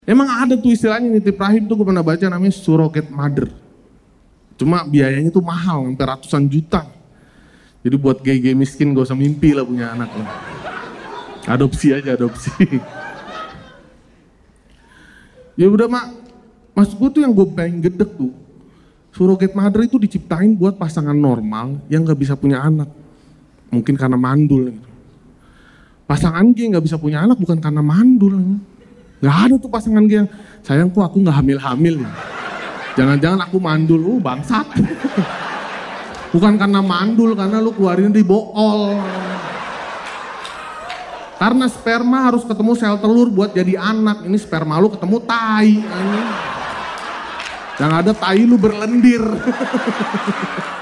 Emang ada tuh istilahnya nitip rahim tuh gue pernah baca namanya surrogate mother. Cuma biayanya tuh mahal, sampai ratusan juta. Jadi buat gay-gay miskin gak usah mimpi lah punya anak lah. Adopsi aja, adopsi. Ya udah mak, maksud gue tuh yang gue pengen gedek tuh. Surrogate mother itu diciptain buat pasangan normal yang gak bisa punya anak. Mungkin karena mandul gitu. Pasangan gay gak bisa punya anak bukan karena mandul. Gak ada tuh pasangan gay yang, sayang kok aku gak hamil-hamil ya. Jangan-jangan aku mandul, bangsat. Bukan karena mandul, karena lu keluarin di bool. Karena sperma harus ketemu sel telur buat jadi anak. Ini sperma lu ketemu tai. Yang ada tai lu berlendir.